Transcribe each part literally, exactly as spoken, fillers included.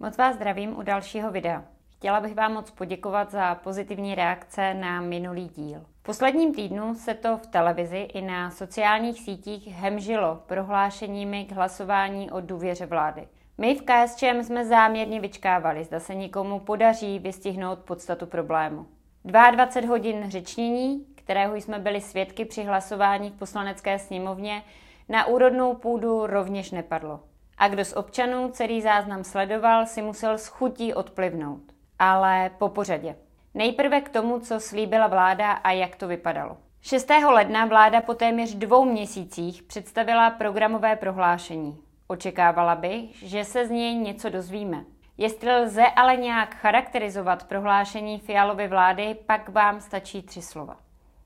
Moc vás zdravím u dalšího videa. Chtěla bych vám moc poděkovat za pozitivní reakce na minulý díl. V posledním týdnu se to v televizi i na sociálních sítích hemžilo prohlášeními k hlasování o důvěře vlády. My v K S Č M jsme záměrně vyčkávali, zda se nikomu podaří vystihnout podstatu problému. dvacet dva hodin řečnění, kterého jsme byli svědky při hlasování v Poslanecké sněmovně, na úrodnou půdu rovněž nepadlo. A kdo z občanů celý záznam sledoval, si musel s chutí odplivnout. Ale po pořadě. Nejprve k tomu, co slíbila vláda a jak to vypadalo. šestého ledna vláda po téměř dvou měsících představila programové prohlášení. Očekávala bych, že se z něj něco dozvíme. Jestli lze ale nějak charakterizovat prohlášení Fialovy vlády, pak vám stačí tři slova.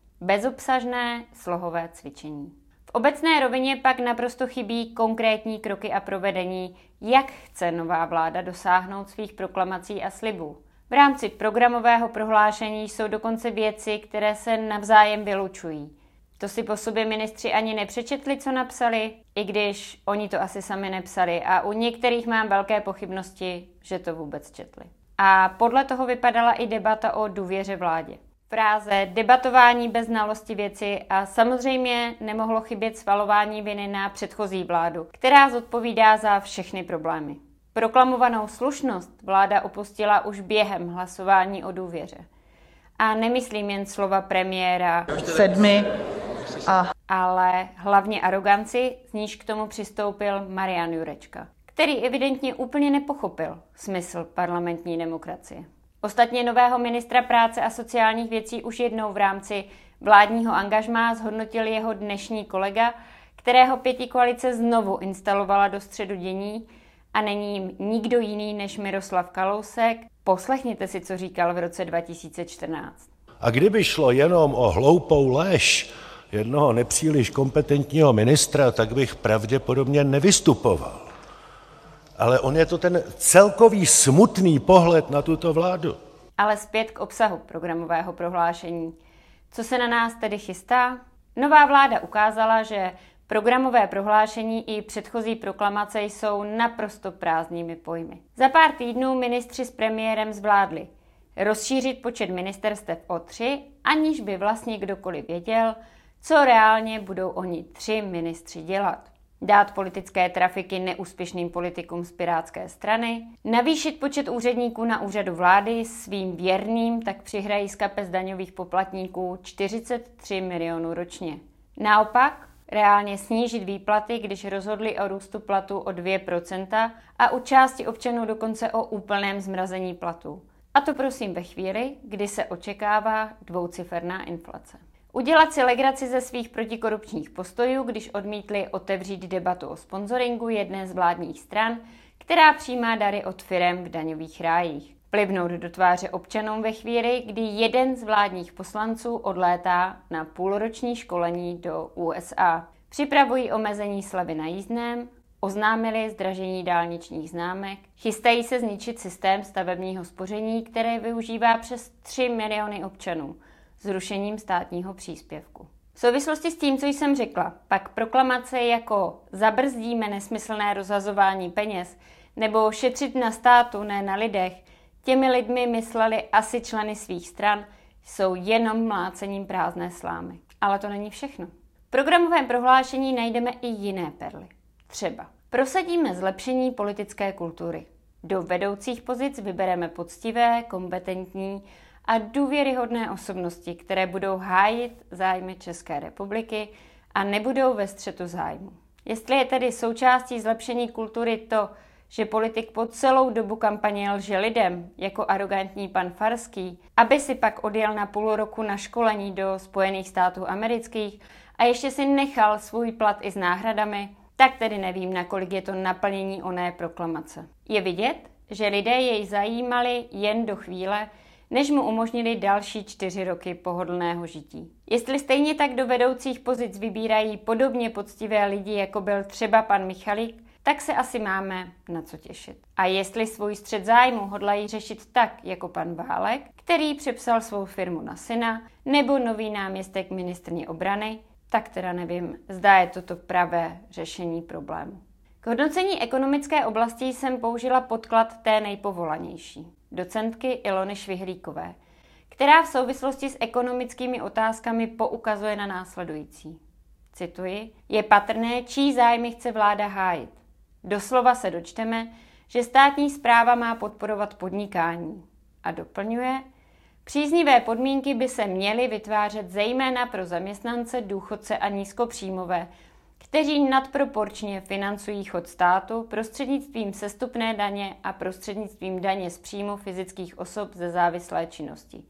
Bezobsažné slohové cvičení. V obecné rovině pak naprosto chybí konkrétní kroky a provedení, jak chce nová vláda dosáhnout svých proklamací a slibů. V rámci programového prohlášení jsou dokonce věci, které se navzájem vylučují. To si po sobě ministři ani nepřečetli, co napsali, i když oni to asi sami nepsali a u některých mám velké pochybnosti, že to vůbec četli. A podle toho vypadala i debata o důvěře vládě. Fráze debatování bez znalosti věci a samozřejmě nemohlo chybět svalování viny na předchozí vládu, která zodpovídá za všechny problémy. Proklamovanou slušnost vláda opustila už během hlasování o důvěře. A nemyslím jen slova premiéra sedmi, a... ale hlavně aroganci, z níž k tomu přistoupil Marian Jurečka, který evidentně úplně nepochopil smysl parlamentní demokracie. Ostatně nového ministra práce a sociálních věcí už jednou v rámci vládního angažmá zhodnotil jeho dnešní kolega, kterého pětikoalice znovu instalovala do středu dění a není jim nikdo jiný než Miroslav Kalousek. Poslechněte si, co říkal v roce dva tisíce čtrnáct. A kdyby šlo jenom o hloupou lež jednoho nepříliš kompetentního ministra, tak bych pravděpodobně nevystupoval. Ale on je to ten celkový smutný pohled na tuto vládu. Ale zpět k obsahu programového prohlášení. Co se na nás tedy chystá? Nová vláda ukázala, že programové prohlášení i předchozí proklamace jsou naprosto prázdnými pojmy. Za pár týdnů ministři s premiérem zvládli rozšířit počet ministerstev o tři, aniž by vlastně kdokoliv věděl, co reálně budou oni tři ministři dělat. Dát politické trafiky neúspěšným politikům z Pirátské strany, navýšit počet úředníků na úřadu vlády svým věrným, tak přihrají z kapes daňových poplatníků čtyřicet tři milionů ročně. Naopak, reálně snížit výplaty, když rozhodli o růstu platů o dvě procenta a u části občanů dokonce o úplném zmrazení platů. A to prosím ve chvíli, kdy se očekává dvouciferná inflace. Udělat si legraci ze svých protikorupčních postojů, když odmítli otevřít debatu o sponzoringu jedné z vládních stran, která přijímá dary od firem v daňových rájích. Plivnout do tváře občanům ve chvíli, kdy jeden z vládních poslanců odlétá na půlroční školení do U S A. Připravují omezení slevy na jízdném, oznámili zdražení dálničních známek, chystají se zničit systém stavebního spoření, které využívá přes tři miliony občanů, zrušením státního příspěvku. V souvislosti s tím, co jsem řekla, pak proklamace jako zabrzdíme nesmyslné rozhazování peněz nebo šetřit na státu, ne na lidech, těmi lidmi mysleli asi členy svých stran, jsou jenom mlácením prázdné slámy. Ale to není všechno. V programovém prohlášení najdeme i jiné perly. Třeba prosadíme zlepšení politické kultury. Do vedoucích pozic vybereme poctivé, kompetentní a důvěryhodné osobnosti, které budou hájit zájmy České republiky a nebudou ve střetu zájmu. Jestli je tedy součástí zlepšení kultury to, že politik po celou dobu kampaně lže lidem, jako arrogantní pan Farský, aby si pak odjel na půl roku na školení do Spojených států amerických a ještě si nechal svůj plat i s náhradami, tak tedy nevím, nakolik je to naplnění oné proklamace. Je vidět, že lidé jej zajímali jen do chvíle, než mu umožnili další čtyři roky pohodlného žití. Jestli stejně tak do vedoucích pozic vybírají podobně poctivé lidi, jako byl třeba pan Michalík, tak se asi máme na co těšit. A jestli svůj střet zájmu hodlají řešit tak, jako pan Válek, který přepsal svou firmu na syna, nebo nový náměstek ministryně obrany, tak teda nevím, zda je toto pravé řešení problému. K hodnocení ekonomické oblasti jsem použila podklad té nejpovolanější, docentky Ilony Švihlíkové, která v souvislosti s ekonomickými otázkami poukazuje na následující. Cituji, je patrné, čí zájmy chce vláda hájit. Doslova se dočteme, že státní správa má podporovat podnikání. A doplňuje, příznivé podmínky by se měly vytvářet zejména pro zaměstnance, důchodce a nízkopříjmové, kteří nadproporčně financují chod státu prostřednictvím sestupné daně a prostřednictvím daně z příjmu fyzických osob ze závislé činnosti.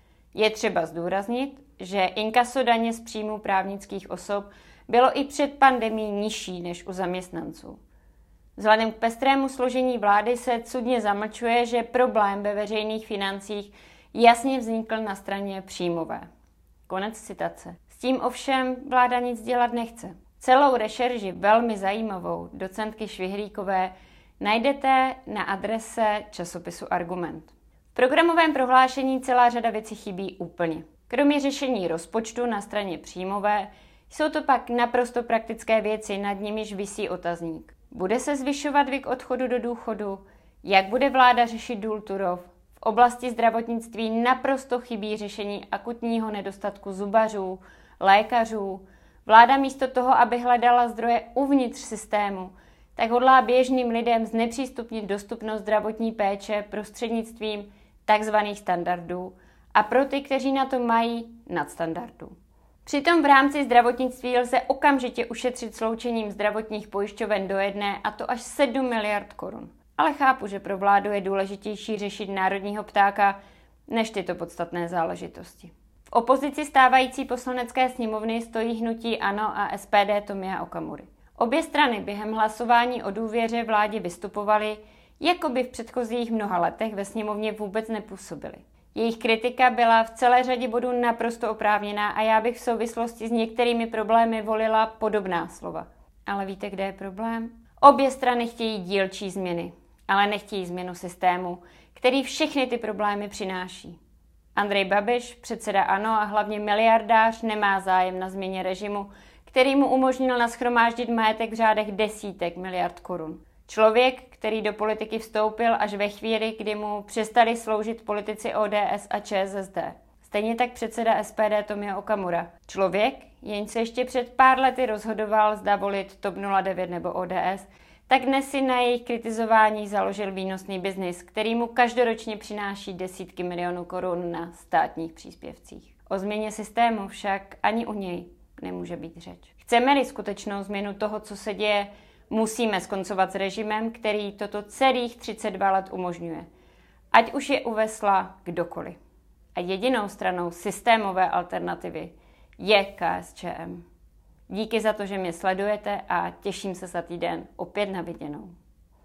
Je třeba zdůraznit, že inkaso daně z příjmu právnických osob bylo i před pandemií nižší než u zaměstnanců. Vzhledem k pestrému složení vlády se cudně zamlčuje, že problém ve veřejných financích jasně vznikl na straně příjmové. Konec citace. S tím ovšem vláda nic dělat nechce. Celou rešerži velmi zajímavou docentky Švihlíkové najdete na adrese časopisu Argument. V programovém prohlášení celá řada věcí chybí úplně. Kromě řešení rozpočtu na straně příjmové jsou to pak naprosto praktické věci, nad nimiž visí otazník. Bude se zvyšovat věk odchodu do důchodu? Jak bude vláda řešit důl Turów? V oblasti zdravotnictví naprosto chybí řešení akutního nedostatku zubařů, lékařů. Vláda místo toho, aby hledala zdroje uvnitř systému, tak hodlá běžným lidem znepřístupnit dostupnost zdravotní péče prostřednictvím takzvaných standardů a pro ty, kteří na to mají, nadstandardů. Přitom v rámci zdravotnictví lze okamžitě ušetřit sloučením zdravotních pojišťoven do jedné, a to až sedm miliard korun. Ale chápu, že pro vládu je důležitější řešit národního ptáka než tyto podstatné záležitosti. V opozici stávající poslanecké sněmovny stojí hnutí ANO a S P D Tomia Okamury. Obě strany během hlasování o důvěře vládě vystupovaly, jako by v předchozích mnoha letech ve sněmovně vůbec nepůsobily. Jejich kritika byla v celé řadě bodů naprosto oprávněná a já bych v souvislosti s některými problémy volila podobná slova. Ale víte, kde je problém? Obě strany chtějí dílčí změny, ale nechtějí změnu systému, který všechny ty problémy přináší. Andrej Babiš, předseda ANO a hlavně miliardář, nemá zájem na změně režimu, který mu umožnil nashromáždit majetek v řádech desítek miliard korun. Člověk, který do politiky vstoupil až ve chvíli, kdy mu přestali sloužit politici O D S a Č S S D. Stejně tak předseda S P D Tomio Okamura. Člověk, jenž se ještě před pár lety rozhodoval, zda volit TOP nula devět nebo O D S, tak dnes si na jejich kritizování založil výnosný biznis, který mu každoročně přináší desítky milionů korun na státních příspěvcích. O změně systému však ani u něj nemůže být řeč. Chceme-li skutečnou změnu toho, co se děje, musíme skoncovat s režimem, který toto celých třicet dva let umožňuje. Ať už je uvesla kdokoliv. A jedinou stranou systémové alternativy je K S Č M. Díky za to, že mě sledujete a těším se za týden opět na viděnou.